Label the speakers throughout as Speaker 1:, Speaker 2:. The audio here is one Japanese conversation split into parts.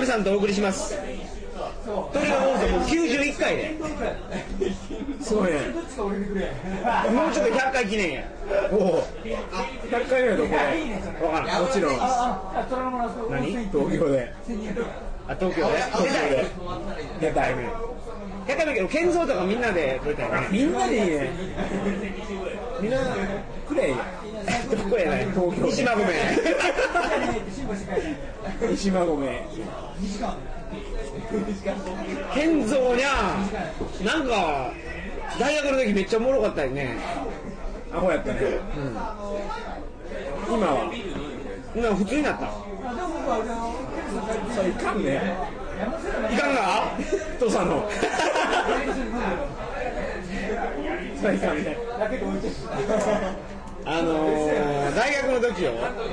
Speaker 1: さんとお送りします。トリガー放送も91回で。
Speaker 2: すごいね。
Speaker 1: もうちょっと100回記念や。
Speaker 2: おお。100回目のところ。
Speaker 1: わからん。
Speaker 2: もちろん。
Speaker 1: 何？
Speaker 2: 東京で。
Speaker 1: あ、東京で。
Speaker 2: 出たいね。
Speaker 1: 100回目けど、健三とかみんなで撮りたいね。
Speaker 2: みんなでいいね。みんなくれや。
Speaker 1: どこやねん。
Speaker 2: 東京。
Speaker 1: 西馬込。
Speaker 2: 西馬込。
Speaker 1: 健三にゃなんか大学の時めっちゃおもろかったよね。
Speaker 2: アホやったね。今は
Speaker 1: 今普通になった。
Speaker 2: それいかんね。
Speaker 1: いかんが
Speaker 2: 土佐のそれいかんね。
Speaker 1: 大学の時よ、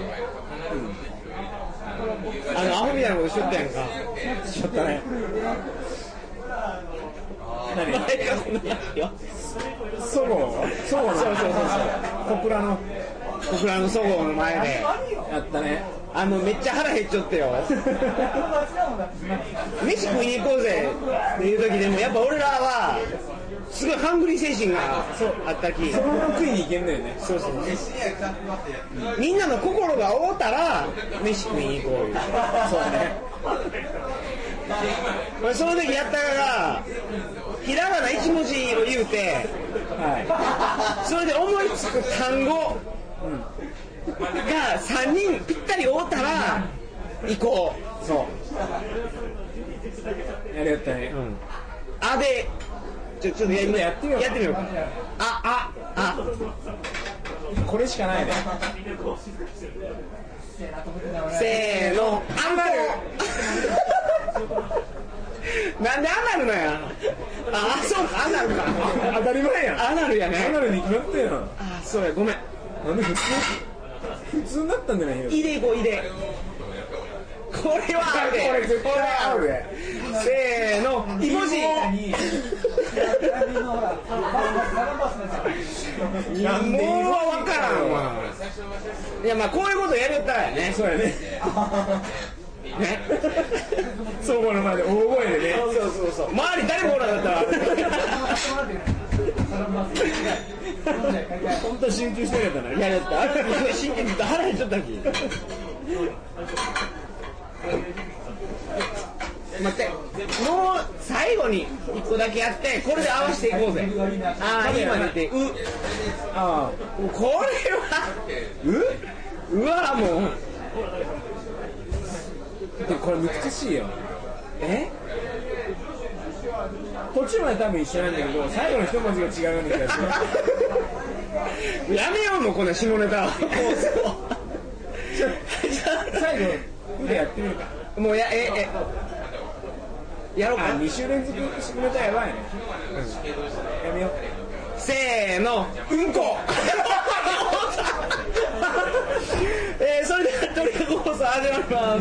Speaker 1: アホみたいなことしとったやんか。
Speaker 2: しょったね。何？
Speaker 1: 大学の時よ。
Speaker 2: そごう小倉の
Speaker 1: そごうの前で
Speaker 2: やったね。
Speaker 1: めっちゃ腹減っちゃってよ。飯食いに行こうぜっていう時でもやっぱ俺らはすごいハングリー精神があったき、
Speaker 2: そのまま食いに行けんのよね。
Speaker 1: そうみんなの心が覆ったら飯食いに行こうよ。
Speaker 2: そうね。
Speaker 1: その時やったがひらがな1文字を言うて、それで思いつく単語が3人ぴったり覆ったら行こう。
Speaker 2: そうやりやったね。
Speaker 1: あでちょっとやってみようか。あ
Speaker 2: これしかないね。
Speaker 1: せーの、アナル。なんでアナルなんや。そうか、アナルか。
Speaker 2: 当たり前やん。
Speaker 1: アナルやね。
Speaker 2: アナルに決まったやん。
Speaker 1: そうや、ごめん。
Speaker 2: なんで普通になったんじゃないよ。
Speaker 1: いでいこう、いで。これは合うで。
Speaker 2: これ絶対合うで。
Speaker 1: せーの、イモジ。もうわからんわ。いや、まあこういうことやりよったらやね。
Speaker 2: そうやね。
Speaker 1: ね。
Speaker 2: 相互の前で大声でね。
Speaker 1: そう。周り誰もおらんかったら。
Speaker 2: 本当集中してるやったな。
Speaker 1: やりよった。真剣に腹減っちゃったき。待って、もう最後に1個だけやってこれで合わせていこうぜ。今出てこれはうわもう
Speaker 2: でこれ難しいよ。途中まで多分一緒なんだけど最後の一文字が違うような気がする。
Speaker 1: やめようもうこんな下ネタ。
Speaker 2: 最後腕やってみるか。
Speaker 1: もうやろうか。
Speaker 2: 2週連続下ネタやばいね。やめよう。
Speaker 1: せーの、うんこ。それではトリガー放送始まります。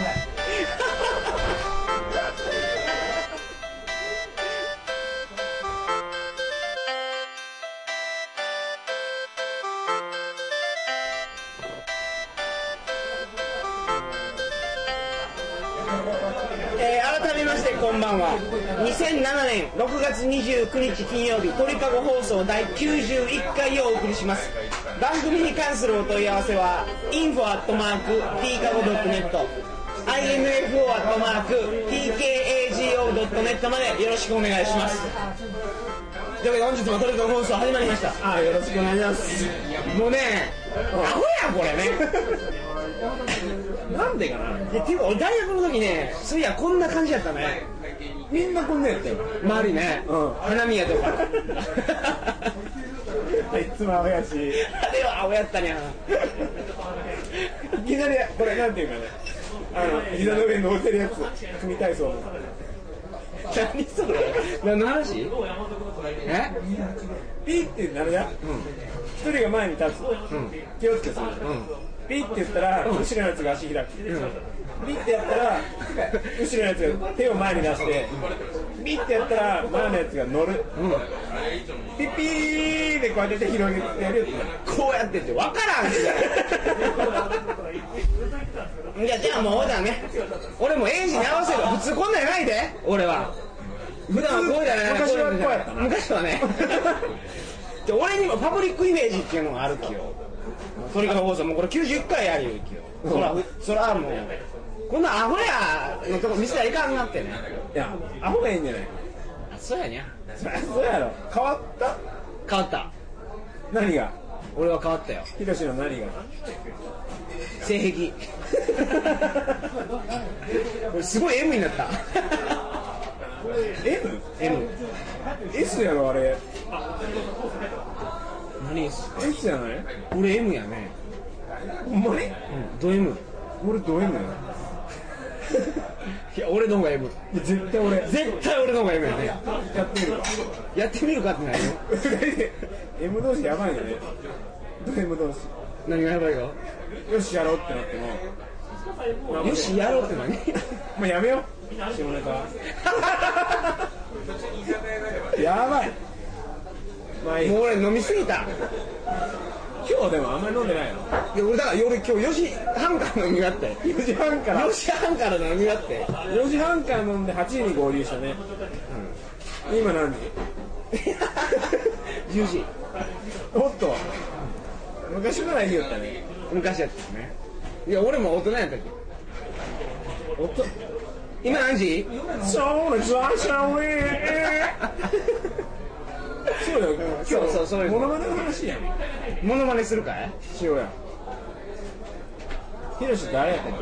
Speaker 1: 改めましてこんばんは。2007年6月29日金曜日鳥かご放送第91回をお送りします。番組に関するお問い合わせは info@tkago.net info@tkago.net までよろしくお願いします。というわけで本日も鳥かご放送始まりました。
Speaker 2: よろしくお願いします。
Speaker 1: もうねアホやこれね。
Speaker 2: なんでかな。
Speaker 1: っていうか俺大学の時ね、そういやこんな感じやったね。
Speaker 2: みんなこんなやったよ。
Speaker 1: 周りね、花見やとか。
Speaker 2: いつもアホやし。
Speaker 1: あれはアホやったにゃ。
Speaker 2: いきなりこれなんていうかね。膝の上に乗ってるやつ、組体操の。
Speaker 1: 何それ？何の話？
Speaker 2: ピーってなるや。一人が前に立つ。気をつけする。ピーって言ったら後ろのやつが足開く。ピーってやったら後ろのやつが手を前に出してピッてやったら前のやつが乗る、ピッピーでこうやって手広げてやるよって。
Speaker 1: こうやってって分からんしいやじゃあもうだね、俺もエイジに合わせる。普通こんなんやないで俺は。普段はこうじゃない。
Speaker 2: 昔はこうやったな。
Speaker 1: 昔はねで俺にもパブリックイメージっていうのがあるきよ。トリカゴ放送もうこれ91回やるよきよ。そらもうこんなアホやのとこ見せたらいかんなってね。
Speaker 2: いやアホがいいんじゃない。
Speaker 1: そうやにゃ。
Speaker 2: そうやろ。変わった。
Speaker 1: 変わった。
Speaker 2: 何が。
Speaker 1: 俺は変わったよ。
Speaker 2: ヒロシの何が。
Speaker 1: 性癖すごい M になった
Speaker 2: M？S やろあれ。
Speaker 1: 何 S？
Speaker 2: S じゃない？
Speaker 1: 俺 M やね。
Speaker 2: ほんまに？
Speaker 1: ド M。
Speaker 2: 俺ド M や。
Speaker 1: いや俺の方が M。
Speaker 2: 絶対俺
Speaker 1: の方が M やね。
Speaker 2: やってみるか。
Speaker 1: やってみるかってないよ。
Speaker 2: M 同士やばいよね。ド M 同士。
Speaker 1: 何がやばいか。
Speaker 2: よしやろうってなっても。
Speaker 1: よしやろうって何？
Speaker 2: もうやめよう。下ネタ。やばい。まあいい。
Speaker 1: もう俺飲みすぎた。
Speaker 2: 今日でもあんまり飲んでないの。
Speaker 1: いや俺だから今日4時半から飲みがあって。
Speaker 2: 4時半から
Speaker 1: 4時半から飲みがあって。
Speaker 2: 4時半から飲んで8時に合流したね。今何時
Speaker 1: ？10時。
Speaker 2: おっと。昔ならいいよったね。
Speaker 1: 昔やったね。いや俺も大人やったっけ。
Speaker 2: おっと。
Speaker 1: 今何時？
Speaker 2: そうです。そうよ。
Speaker 1: そういう
Speaker 2: モノマネの話やん。
Speaker 1: モノマネするかい？
Speaker 2: しようや。ヒロシ誰やったっけ？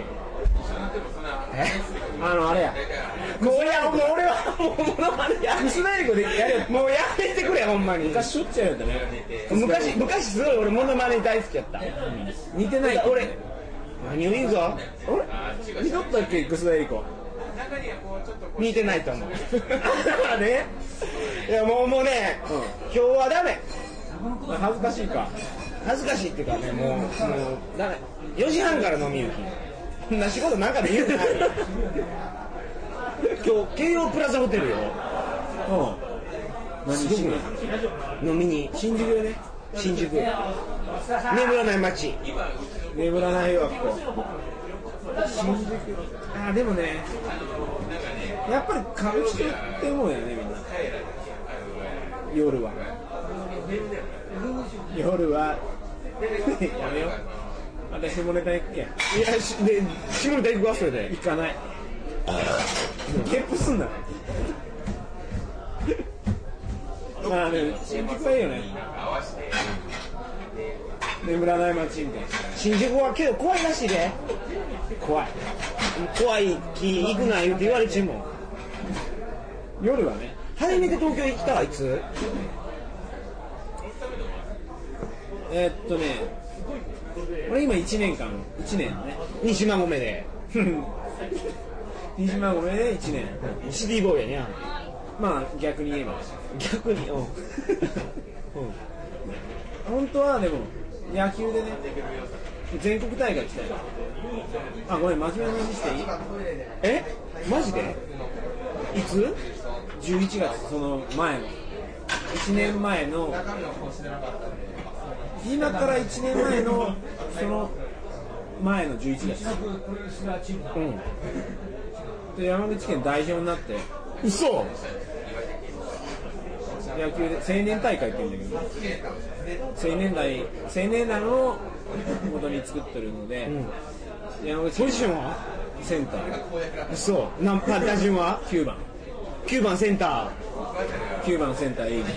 Speaker 2: あれや。
Speaker 1: もう俺はもうモノマネや。
Speaker 2: 楠田絵理子でやれよ。
Speaker 1: もうやめてくれほんまに。
Speaker 2: 昔しょっちゅうやったね。
Speaker 1: 昔すごい俺モノマネ大好きやった。
Speaker 2: 似てない。
Speaker 1: 俺何を言うぞ。
Speaker 2: 俺似とったっけ楠田絵理子。
Speaker 1: 似てないと思う。
Speaker 2: ね。
Speaker 1: いやもうね、今日はダメ。
Speaker 2: 恥ずかしいか。
Speaker 1: 恥ずかしいっていうかね、もうダメ。4時半から飲み行き。こんな仕事なんかで言うてない。今日京王プラザホテルよ。
Speaker 2: 何しに？
Speaker 1: 飲みに。
Speaker 2: 新宿よね。
Speaker 1: 新宿。眠らない街。
Speaker 2: 眠らないわここ。新宿。でもね。やっぱり歌舞伎町って思うよねみんな。夜はやめよう。私下ネタ行くけん。いや
Speaker 1: 下ネタ行くわそれで。
Speaker 2: 行かない。ゲップすんな。まあね新宿はいいよね。眠らない街みたいな。
Speaker 1: 新宿はけど怖いらしいで。怖い気行くな言うて言われちもん。
Speaker 2: 夜はね。
Speaker 1: 初めて東京行ったはいつ？
Speaker 2: 俺今1年ね。
Speaker 1: 西馬込で。
Speaker 2: 西馬込で1年。
Speaker 1: シティボーイやね。
Speaker 2: まあ逆に言えば。
Speaker 1: 逆に
Speaker 2: 本当はでも野球でね全国大会来たよ。ごめん真面目な話していい？
Speaker 1: マジで？いつ
Speaker 2: ？11月その前の1年前の今から1年前のその前の11月。で山口県代表になって。
Speaker 1: 嘘。
Speaker 2: 野球で青年大会って言うんだけど、青年団の元に作ってるので、山口
Speaker 1: ポジションは
Speaker 2: センター。
Speaker 1: 嘘。何番打順は
Speaker 2: 9番
Speaker 1: センター。
Speaker 2: 9番センターエイジ。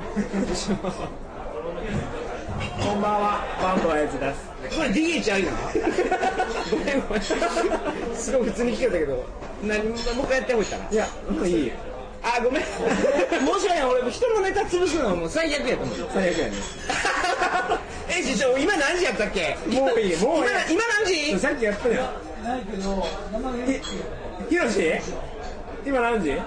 Speaker 2: こんばんは、バンドはやつです。
Speaker 1: これ DH ありな。ごめんすごい普通に聞けたけど、もう一回やってほしいたら。
Speaker 2: いやもういいよ。
Speaker 1: ごめん。申し訳ない。俺人のネタ潰すのはもう最悪やと思う。
Speaker 2: 最悪やね。
Speaker 1: 師匠今何時やったっけ？
Speaker 2: もういい。
Speaker 1: 今何時？
Speaker 2: さっきやったよ。ないけど。ヒロシ？今何時？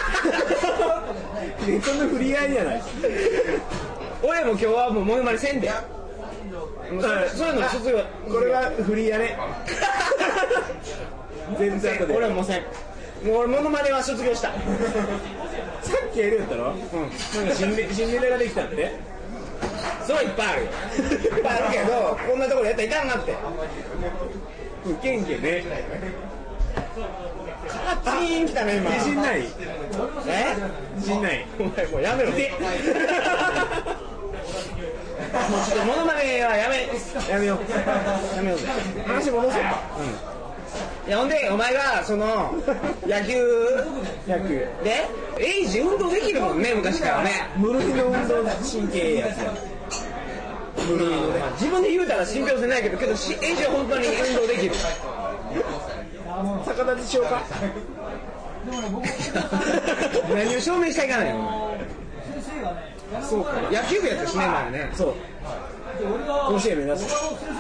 Speaker 2: そんな振り合いじゃない。
Speaker 1: 俺も今日はもうモノマネせんで。そういうの卒業。
Speaker 2: これは振りやね。全然後で。
Speaker 1: 俺もせん。 もう俺モノマネは卒業した。
Speaker 2: さっきやるやったろ、なんか新ネタができたって。
Speaker 1: そういっぱいあるよ。いっぱいあるけど、こんなところやったらいかんなって。
Speaker 2: ウケんけね。
Speaker 1: カチーンきたね今。
Speaker 2: 自信ない？自信ない？
Speaker 1: お前もうやめろ。もうちょっとモノマネはやめようぜ。
Speaker 2: 話戻そうか。
Speaker 1: いやほんでお前がその野球でエイジ運動できるもんね昔からね。
Speaker 2: ムルギの運動神経やつや。ムルギのね。
Speaker 1: 自分で言うたら信憑性ないけどエイジは本当に運動できる。
Speaker 2: 逆立ちしようか。
Speaker 1: 何を証明したらいかないの。
Speaker 2: そうか。
Speaker 1: 野球部やったしね前ね。
Speaker 2: そう。甲子園目指す。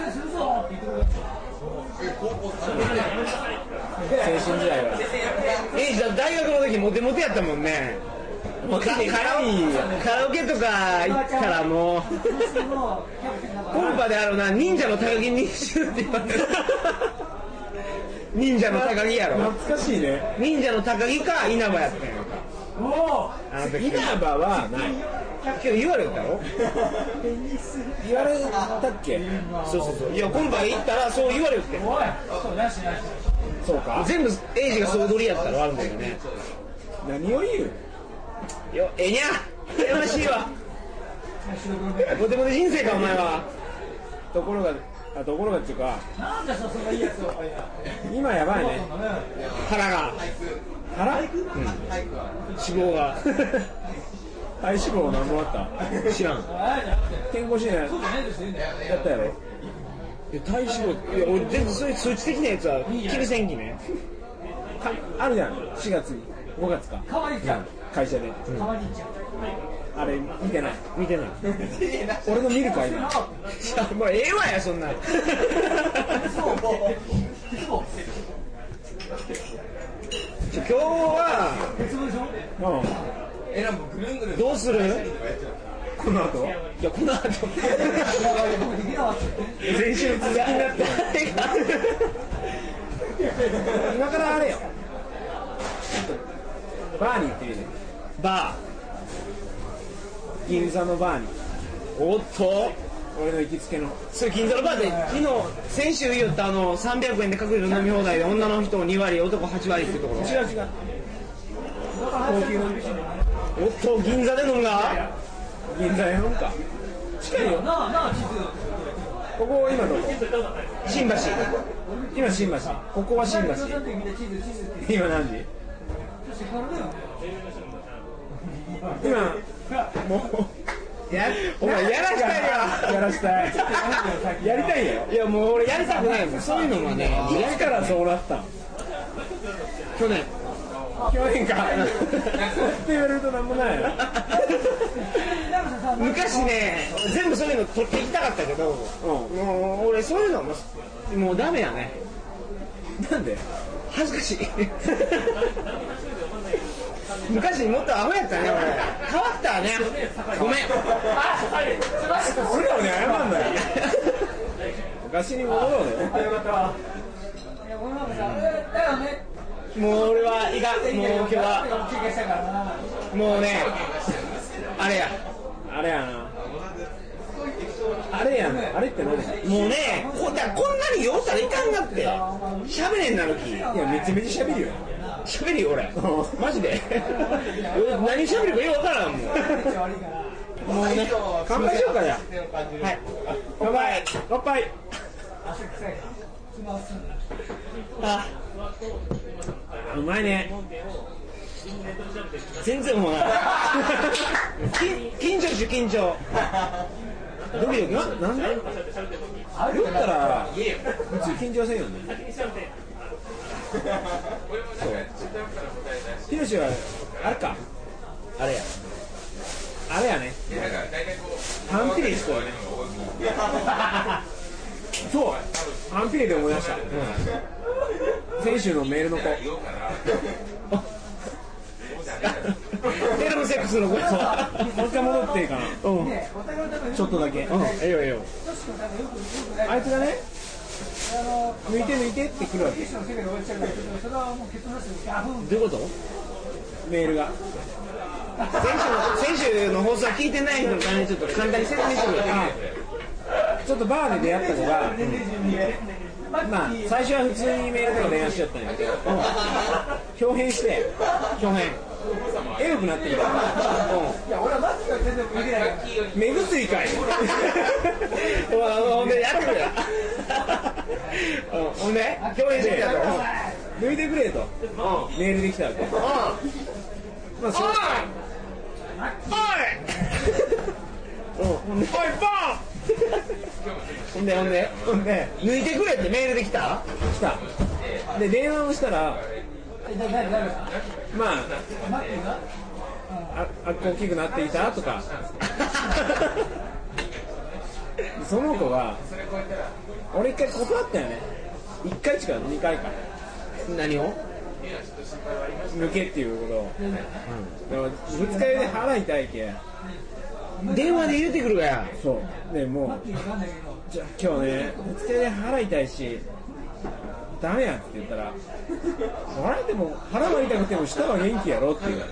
Speaker 2: 青春時代は
Speaker 1: エイジだ大学の時モテモテやったもんね。カラオケとか行ったらもうコンパであるな忍者の高木忍者って言われる。忍者の高木やろ。
Speaker 2: 懐かしいね。
Speaker 1: 忍者の高木か稲葉やったんやんか。
Speaker 2: 稲葉はない。
Speaker 1: けど言われたろ。
Speaker 2: 言われたっけ。
Speaker 1: そういや今回行ったらそう言われるって。
Speaker 2: そうか。
Speaker 1: 全部エイジが総取りやったらあるんだよね。
Speaker 2: 何を言う
Speaker 1: よえにゃ羨ましいわ。モテモテ人生かお前は。
Speaker 2: ところがっていうか今やばいね。
Speaker 1: 腹、
Speaker 2: 脂
Speaker 1: 肪が
Speaker 2: 体脂肪何本あった？
Speaker 1: 知らん。
Speaker 2: 健康診断やったやろ。
Speaker 1: 体脂肪いや俺全然そういう数値的なやつは気にせんきね。
Speaker 2: あるじゃん4月に5月か、会社で、あれ見てない俺の見るか今。
Speaker 1: もうええわやそんな。今日はどうする？
Speaker 2: この後？
Speaker 1: いやこの後
Speaker 2: 先週の続きになって今からあれよバーに行ってみる。
Speaker 1: バ
Speaker 2: ー銀座のバーに。
Speaker 1: おっと
Speaker 2: 俺の行きつけの
Speaker 1: それ銀座のバーで先週言った300円で隠れる飲み放題で女の人2割男8割っていうところ。
Speaker 2: 違う高級の
Speaker 1: おっと銀座で飲むが
Speaker 2: 銀座で飲むか。近いよここ今どこ？
Speaker 1: 新橋。
Speaker 2: 今新橋。ここは新橋。今何時？今もう
Speaker 1: お前やらしたいわ。
Speaker 2: やらしたい。やりたいよ。
Speaker 1: いやもう俺やりたくないもん。そういうのはね
Speaker 2: いつからそうなったん？
Speaker 1: 去年
Speaker 2: かって言われるとなんもないよ。
Speaker 1: 昔ね全部そういうの取っていきたかったけど、もう俺そういうのもうダメやね。
Speaker 2: なんで？
Speaker 1: 恥ずかしい。昔もっとアホやったね俺。変わったね。ごめん。
Speaker 2: 俺らもね謝んない。昔に戻ろうね。
Speaker 1: もう俺はいかん。もう今日はもうねあれやな。あれって何？もうねこんなに酔ったらいかんなって喋れんなるき。い
Speaker 2: やめちゃめちゃ喋るよ。
Speaker 1: 喋るよ俺。マジで。何喋るかよくわからんもん。もうね
Speaker 2: 乾杯しようかじゃあ。
Speaker 1: はい乾杯。あ
Speaker 2: うまいね。
Speaker 1: 全然うまい。緊張ドキドキ。
Speaker 2: なんで？酔ったら普通緊張せんよね。ヒロシはあれか。あれやね。反比例しとるね。そう反比例で思い出した。先週のメールの子。
Speaker 1: エロのセックスの子。
Speaker 2: もう一回戻っていいかな。ちょっとだけ。
Speaker 1: ええよ。
Speaker 2: あいつがね抜いて抜いてって来るわけ。
Speaker 1: どういうこと？
Speaker 2: メールが。
Speaker 1: 先週の放送は聞いてない人のためにちょっと簡単に説明してくれ。
Speaker 2: ちょっとバーで出会ったのが、まあ最初は普通にメールとか電話しちゃったんやけど、表変してエロくなってきた。目薬かい。
Speaker 1: ほんでやってくれ。ほんで表変してやろ。
Speaker 2: 抜いてくれとメールできたわけ。まあそう。おいバン。ほんで
Speaker 1: 抜いてくれってメールで来た
Speaker 2: で電話をしたら、まああっこ大きくなっていたとかその子が俺一回断ったよね。1回違う2回か。
Speaker 1: 何を
Speaker 2: 抜けっていうことを、でも二日酔いで腹痛いけ
Speaker 1: 電話で言うてくるがや。
Speaker 2: そうでもうじゃあ今日ね二日酔いで腹痛いしダメやって言ったら、あれでも腹は痛くても舌は元気やろって言うから、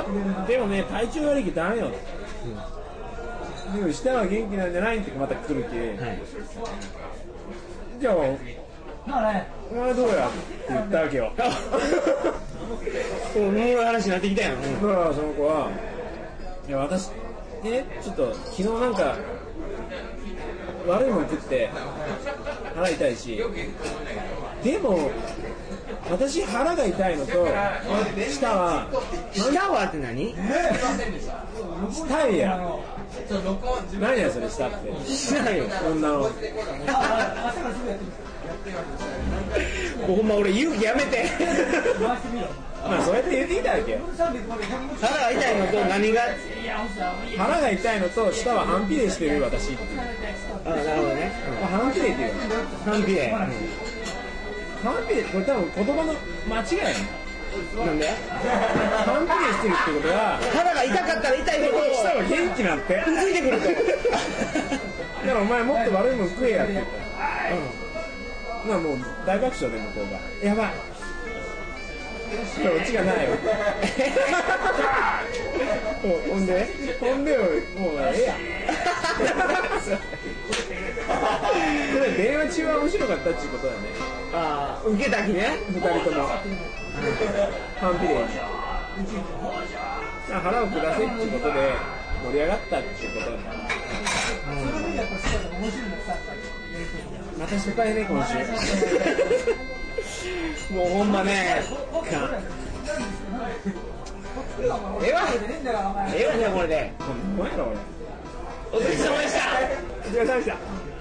Speaker 2: でもね体調悪いけダメよ、でも舌は元気なんじゃないってまた来るけ、じゃあお前どうやって言ったわけよ。
Speaker 1: おもろい話になってきたよ。
Speaker 2: だからその子はいや私ねちょっと昨日なんか悪いもん食って腹痛いし、でも私腹が痛いのと舌は
Speaker 1: って何？
Speaker 2: 舌や何やそれ舌って
Speaker 1: しないよ
Speaker 2: 女の
Speaker 1: ほんま俺勇気やめて。
Speaker 2: まあそうやって言ってきたわけよ。
Speaker 1: 腹が痛いのと何が？
Speaker 2: 腹が痛いのと舌は反比例してる私っていう。
Speaker 1: あ、なるほどね。
Speaker 2: 反比例っていう
Speaker 1: 反比例。
Speaker 2: 反比例これ多分言葉の間違いやね。
Speaker 1: なんで？
Speaker 2: 反比例してるってことは
Speaker 1: 腹が痛かったら痛いほど
Speaker 2: 舌は元気なんて
Speaker 1: うついてくると。
Speaker 2: だからお前もっと悪いもん食えやって言ったら、もう大爆笑で向こうがやばいオチがないよ。ほんでもうええやこれ電話中は面白かったっていうことだね。
Speaker 1: ああ、受けた日ね。
Speaker 2: 2人とも反比例に腹を下せっていうことで盛り上がったっていうことだね。また失敗ね今週。
Speaker 1: もうほんまね。ええわじゃあこれで。
Speaker 2: ごめんやろ俺。
Speaker 1: お疲れ様でした。
Speaker 2: お疲れ様でした。